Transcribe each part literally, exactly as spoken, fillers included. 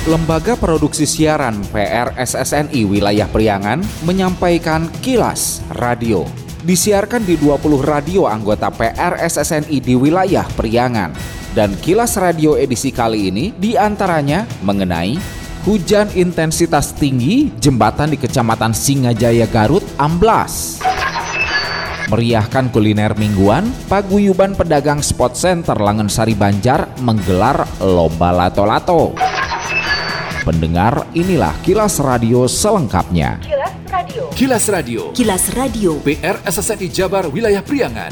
Lembaga Produksi Siaran P R S S N I Wilayah Priangan menyampaikan Kilas Radio. Disiarkan di dua puluh radio anggota P R S S N I di wilayah Priangan. Dan Kilas Radio edisi kali ini diantaranya mengenai hujan intensitas tinggi, jembatan di Kecamatan Singajaya Garut amblas. Meriahkan kuliner mingguan, paguyuban pedagang Spot Center Langensari Banjar menggelar lomba lato-lato. Pendengar, inilah Kilas Radio selengkapnya. Kilas Radio. Kilas Radio. Kilas Radio. P R S S N I Jabar Wilayah Priangan.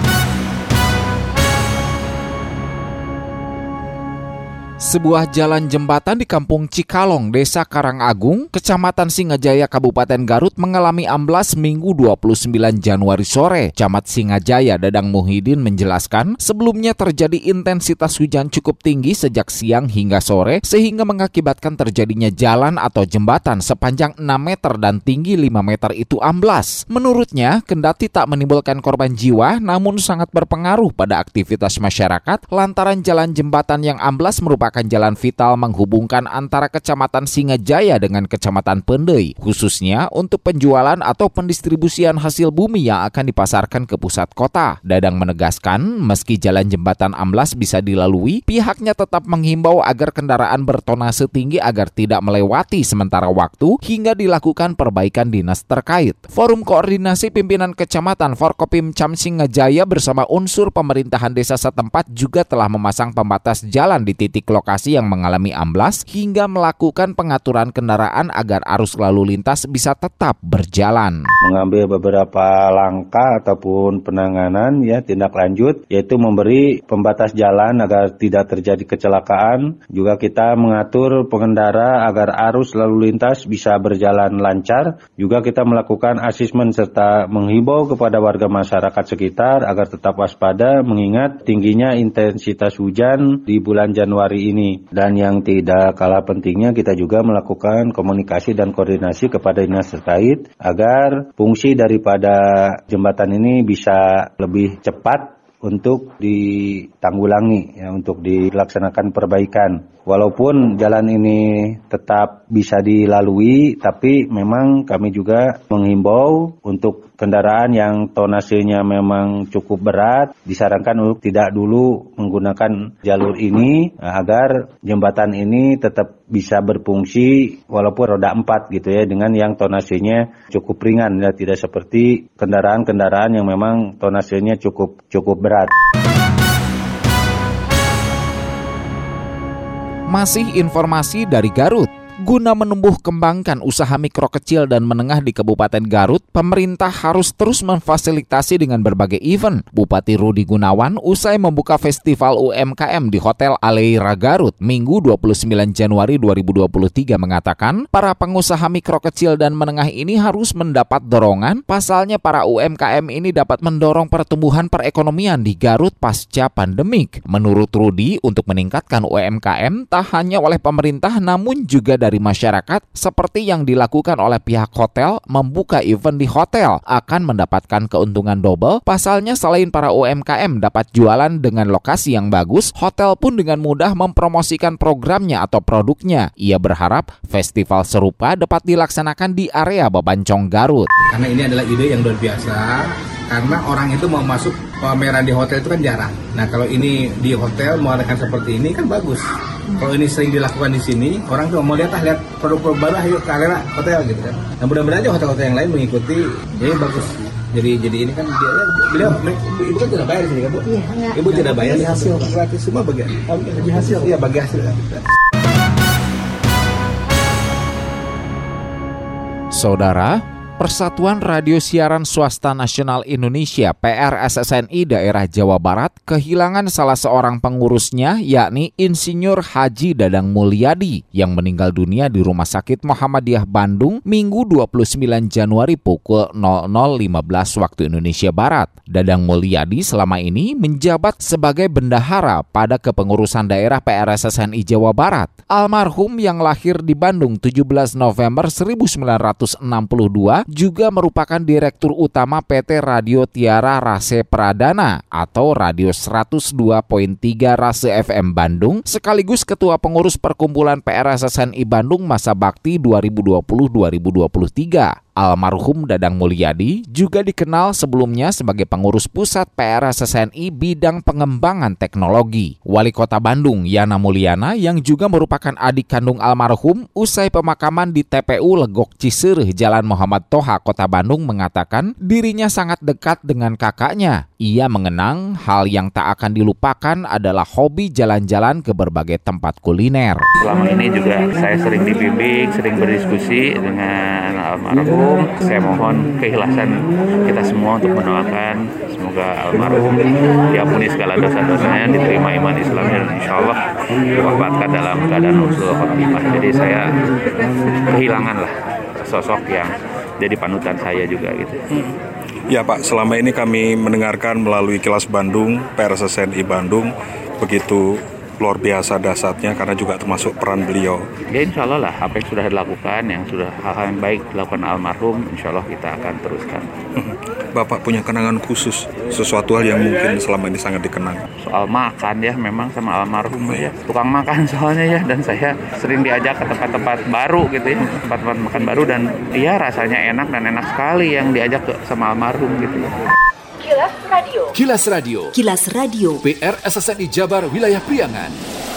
Sebuah jalan jembatan di Kampung Cikalong, Desa Karangagung, Kecamatan Singajaya, Kabupaten Garut mengalami amblas Minggu dua puluh sembilan Januari sore. Camat Singajaya Dadang Muhyiddin menjelaskan, sebelumnya terjadi intensitas hujan cukup tinggi sejak siang hingga sore sehingga mengakibatkan terjadinya jalan atau jembatan sepanjang enam meter dan tinggi lima meter itu amblas. Menurutnya, kendati tak menimbulkan korban jiwa, namun sangat berpengaruh pada aktivitas masyarakat lantaran jalan jembatan yang amblas merupakan jalan vital menghubungkan antara Kecamatan Singajaya dengan Kecamatan Pendei, khususnya untuk penjualan atau pendistribusian hasil bumi yang akan dipasarkan ke pusat kota. Dadang menegaskan, meski jalan jembatan amblas bisa dilalui, pihaknya tetap menghimbau agar kendaraan bertonase tinggi agar tidak melewati sementara waktu hingga dilakukan perbaikan dinas terkait. Forum Koordinasi Pimpinan Kecamatan Forkopimcam Singajaya bersama unsur pemerintahan desa setempat juga telah memasang pembatas jalan di titik lokasi yang mengalami amblas hingga melakukan pengaturan kendaraan agar arus lalu lintas bisa tetap berjalan. Mengambil beberapa langkah ataupun penanganan ya tindak lanjut, yaitu memberi pembatas jalan agar tidak terjadi kecelakaan. Juga kita mengatur pengendara agar arus lalu lintas bisa berjalan lancar. Juga kita melakukan asesmen serta menghimbau kepada warga masyarakat sekitar agar tetap waspada mengingat tingginya intensitas hujan di bulan Januari ini. Dan yang tidak kalah pentingnya kita juga melakukan komunikasi dan koordinasi kepada dinas terkait agar fungsi daripada jembatan ini bisa lebih cepat untuk ditanggulangi ya, untuk dilaksanakan perbaikan. Walaupun jalan ini tetap bisa dilalui, tapi memang kami juga menghimbau untuk kendaraan yang tonasenya memang cukup berat, disarankan untuk tidak dulu menggunakan jalur ini agar jembatan ini tetap bisa berfungsi walaupun roda empat gitu ya, dengan yang tonasenya cukup ringan ya, tidak seperti kendaraan-kendaraan yang memang tonasenya cukup cukup berat. Masih informasi dari Garut. Guna menumbuh kembangkan usaha mikro kecil dan menengah di Kabupaten Garut, pemerintah harus terus memfasilitasi dengan berbagai event. Bupati Rudi Gunawan usai membuka Festival U M K M di Hotel Aleira Garut Minggu dua puluh sembilan Januari dua ribu dua puluh tiga mengatakan, para pengusaha mikro kecil dan menengah ini harus mendapat dorongan. Pasalnya para U M K M ini dapat mendorong pertumbuhan perekonomian di Garut pasca pandemik. Menurut Rudi, untuk meningkatkan U M K M tak hanya oleh pemerintah namun juga dari masyarakat, seperti yang dilakukan oleh pihak hotel membuka event di hotel akan mendapatkan keuntungan double. Pasalnya selain para U M K M dapat jualan dengan lokasi yang bagus, hotel pun dengan mudah mempromosikan programnya atau produknya. Ia berharap festival serupa dapat dilaksanakan di area Babancong Garut. Karena ini adalah ide yang luar biasa, karena orang itu mau masuk pameran di hotel itu kan jarang. Nah kalau ini di hotel mengadakan seperti ini kan bagus. Kalau ini sering dilakukan di sini, orang tuh mau lihat ah lihat produk-produk baru, ayo ke Aleira Hotel gitu kan. Nah mudah-mudahan aja hotel-hotel yang lain mengikuti, jadi bagus. Jadi jadi ini kan dia, beliau, ibu kan tidak bayar di sini kan bu? Iya, enggak. Ibu tidak bayar di hasil, gratis semua bagian. Bagi hasil. Iya bagi hasil. Saudara, Persatuan Radio Siaran Swasta Nasional Indonesia P R S S N I daerah Jawa Barat kehilangan salah seorang pengurusnya, yakni Insinyur Haji Dadang Mulyadi yang meninggal dunia di Rumah Sakit Muhammadiyah Bandung Minggu dua puluh sembilan Januari pukul nol nol lima belas waktu Indonesia Barat. Dadang Mulyadi selama ini menjabat sebagai bendahara pada kepengurusan daerah P R S S N I Jawa Barat. Almarhum yang lahir di Bandung tujuh belas November seribu sembilan ratus enam puluh dua juga merupakan Direktur Utama P T Radio Tiara Rase Pradana atau Radio seratus dua koma tiga Rase F M Bandung, sekaligus Ketua Pengurus Perkumpulan P R S S N I Bandung masa bakti dua ribu dua puluh sampai dua ribu dua puluh tiga. Almarhum Dadang Mulyadi juga dikenal sebelumnya sebagai pengurus pusat P R S S N I bidang pengembangan teknologi. Wali Kota Bandung Yana Mulyana yang juga merupakan adik kandung almarhum usai pemakaman di T P U Legok Ciseureum Jalan Muhammad Toha Kota Bandung mengatakan dirinya sangat dekat dengan kakaknya. Ia mengenang hal yang tak akan dilupakan adalah hobi jalan-jalan ke berbagai tempat kuliner. Selama ini juga saya sering dibimbing, sering berdiskusi dengan almarhum. Saya mohon keikhlasan kita semua untuk mendoakan semoga almarhum diampuni segala dosa-dosanya, diterima iman Islamnya dan insya Allah diwafatkan dalam keadaan husnul khotimah. Jadi saya kehilangan lah sosok yang jadi panutan saya juga gitu. Ya Pak, selama ini kami mendengarkan melalui Kilas Bandung, P R S S N I Bandung, begitu luar biasa dahsyatnya karena juga termasuk peran beliau. Ya insya Allah lah apa yang sudah dilakukan, yang sudah hal-hal yang baik dilakukan almarhum, insya Allah kita akan teruskan. Bapak punya kenangan khusus, sesuatu hal yang mungkin selama ini sangat dikenang. Soal makan ya, memang sama almarhum ya, tukang makan soalnya ya, dan saya sering diajak ke tempat-tempat baru gitu ya, tempat-tempat makan baru dan iya rasanya enak dan enak sekali yang diajak ke sama almarhum gitu ya. Kilas Radio. Kilas Radio. Kilas Radio. P R S S N I Jabar Wilayah Priangan.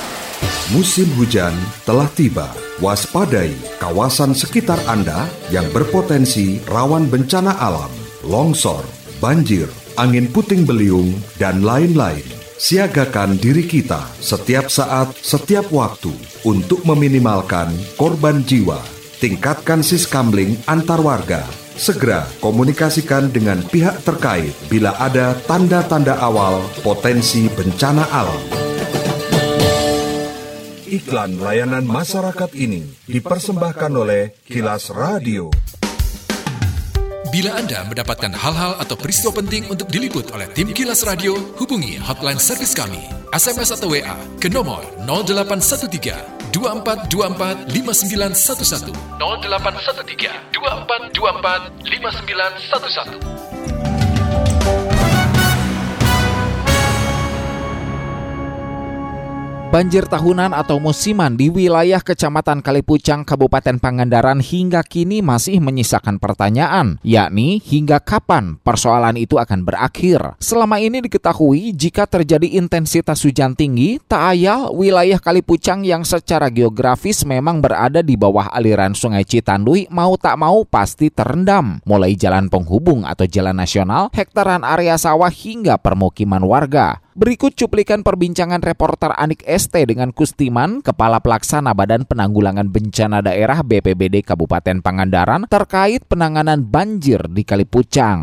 Musim hujan telah tiba. Waspadai kawasan sekitar Anda yang berpotensi rawan bencana alam, longsor, banjir, angin puting beliung, dan lain-lain. Siagakan diri kita setiap saat, setiap waktu untuk meminimalkan korban jiwa. Tingkatkan siskamling antar warga. Segera komunikasikan dengan pihak terkait bila ada tanda-tanda awal potensi bencana alam. Iklan layanan masyarakat ini dipersembahkan oleh Kilas Radio. Bila Anda mendapatkan hal-hal atau peristiwa penting untuk diliput oleh tim Kilas Radio, hubungi hotline servis kami, S M S atau W A ke nomor nol delapan satu tiga dua empat dua empat lima sembilan satu satu nol delapan satu tiga dua empat dua empat lima sembilan satu satu. Banjir tahunan atau musiman di wilayah Kecamatan Kalipucang, Kabupaten Pangandaran hingga kini masih menyisakan pertanyaan, yakni hingga kapan persoalan itu akan berakhir. Selama ini diketahui jika terjadi intensitas hujan tinggi, tak ayal wilayah Kalipucang yang secara geografis memang berada di bawah aliran Sungai Citanduy mau tak mau pasti terendam. Mulai jalan penghubung atau jalan nasional, hektaran area sawah hingga permukiman warga. Berikut cuplikan perbincangan reporter Anik S T dengan Kustiman, Kepala Pelaksana Badan Penanggulangan Bencana Daerah B P B D Kabupaten Pangandaran terkait penanganan banjir di Kalipucang.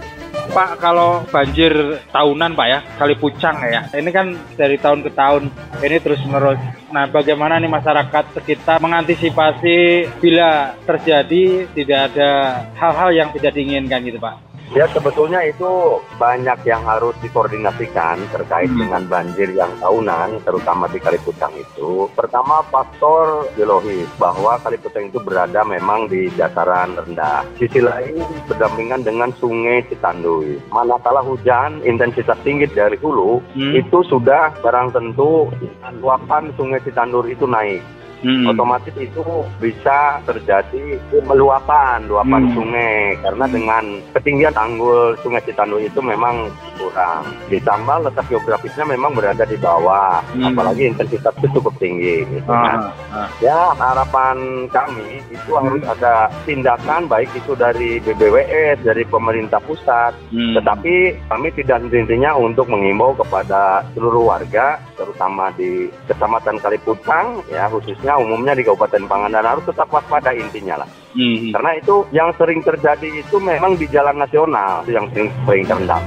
Pak, kalau banjir tahunan Pak ya, Kalipucang ya, ini kan dari tahun ke tahun, ini terus menerus. Nah, bagaimana nih masyarakat sekitar mengantisipasi bila terjadi tidak ada hal-hal yang tidak diinginkan gitu Pak? Ya sebetulnya itu banyak yang harus dikoordinasikan terkait hmm. dengan banjir yang tahunan, terutama di Kalipucang itu. Pertama faktor geologis, bahwa Kalipucang itu berada memang di dataran rendah. Sisi lain berdampingan dengan Sungai Citanduy. Manakala hujan intensitas tinggi dari hulu, hmm. itu sudah barang tentu luapan Sungai Citanduy itu naik. Hmm. Otomatis itu bisa terjadi meluapan luapan hmm. sungai karena dengan ketinggian tanggul Sungai Citanduy itu memang kurang. Ditambah letak geografisnya memang berada di bawah, hmm. apalagi intensitas itu cukup tinggi. Gitu. Ah. Nah, ya harapan kami itu hmm. harus ada tindakan baik itu dari B B W S, dari pemerintah pusat, hmm. tetapi kami tidak henti-hentinya untuk mengimbau kepada seluruh warga, terutama di Kecamatan Kalipucang, ya khususnya umumnya di Kabupaten Pangandaran harus tetap waspada intinya lah. Hmm. Karena itu yang sering terjadi itu memang di jalan nasional yang sering sering terendam.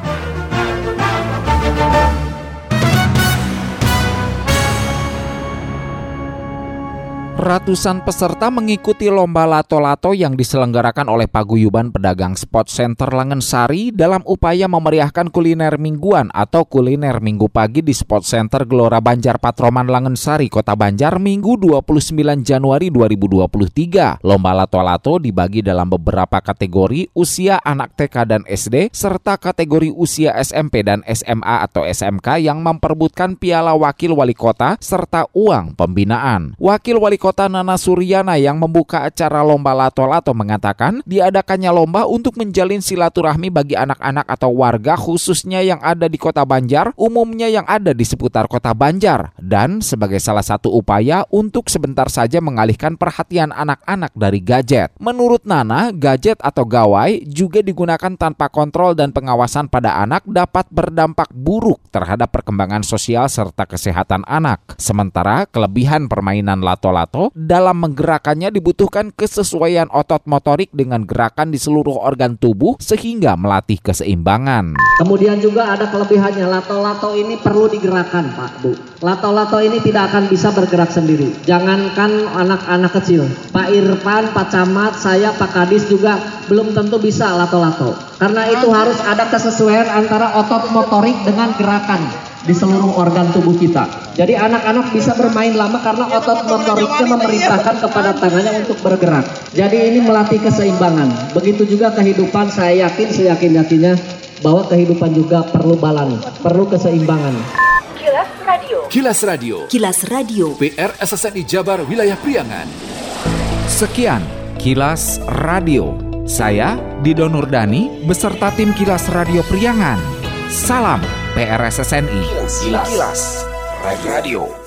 Ratusan peserta mengikuti lomba lato-lato yang diselenggarakan oleh Paguyuban Pedagang Sport Center Langensari dalam upaya memeriahkan kuliner mingguan atau kuliner minggu pagi di Sport Center Gelora Banjar Patroman Langensari, Kota Banjar, Minggu dua puluh sembilan Januari dua ribu dua puluh tiga. Lomba lato-lato dibagi dalam beberapa kategori usia anak T K dan S D serta kategori usia S M P dan S M A atau S M K yang memperebutkan piala wakil wali kota serta uang pembinaan. Wakil wali Kota Nana Suryana yang membuka acara lomba lato-lato mengatakan diadakannya lomba untuk menjalin silaturahmi bagi anak-anak atau warga khususnya yang ada di Kota Banjar, umumnya yang ada di seputar Kota Banjar, dan sebagai salah satu upaya untuk sebentar saja mengalihkan perhatian anak-anak dari gadget. Menurut Nana, gadget atau gawai juga digunakan tanpa kontrol dan pengawasan pada anak dapat berdampak buruk terhadap perkembangan sosial serta kesehatan anak. Sementara kelebihan permainan lato-lato dalam menggerakkannya dibutuhkan kesesuaian otot motorik dengan gerakan di seluruh organ tubuh sehingga melatih keseimbangan. Kemudian juga ada kelebihannya, lato-lato ini perlu digerakkan, Pak Bu. Lato-lato ini tidak akan bisa bergerak sendiri. Jangankan anak-anak kecil, Pak Irfan, Pak Camat, saya, Pak Kadis juga belum tentu bisa lato-lato. Karena itu harus ada kesesuaian antara otot motorik dengan gerakan di seluruh organ tubuh kita. Jadi anak-anak bisa bermain lama karena otot motoriknya memerintahkan kepada tangannya untuk bergerak. Jadi ini melatih keseimbangan. Begitu juga kehidupan, saya yakin, seyakin-yakinnya bahwa kehidupan juga perlu balance, perlu keseimbangan. Kilas Radio. Kilas Radio. Kilas Radio. P R S S N I Jabar Wilayah Priangan. Sekian Kilas Radio. Saya Dido Nurdani beserta tim Kilas Radio Priangan. Salam P R S S N I. Kilas, Kilas Radio.